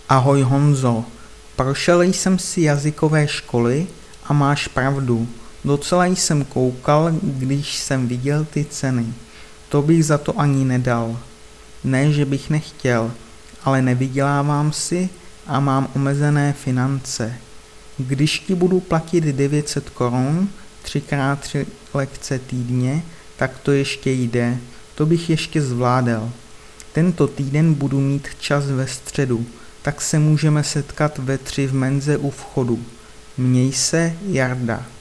Ahoj Honzo, prošel jsem si jazykové školy a máš pravdu, docela jsem koukal, když jsem viděl ty ceny. To bych za to ani nedal. Ne, že bych nechtěl, ale nevydělávám si a mám omezené finance. Když ti budu platit 900 korun, 3x3 lekce týdně, tak to ještě jde, to bych ještě zvládal. Tento týden budu mít čas ve středu, tak se můžeme setkat ve 3 v menze u vchodu. Měj se, Jarda.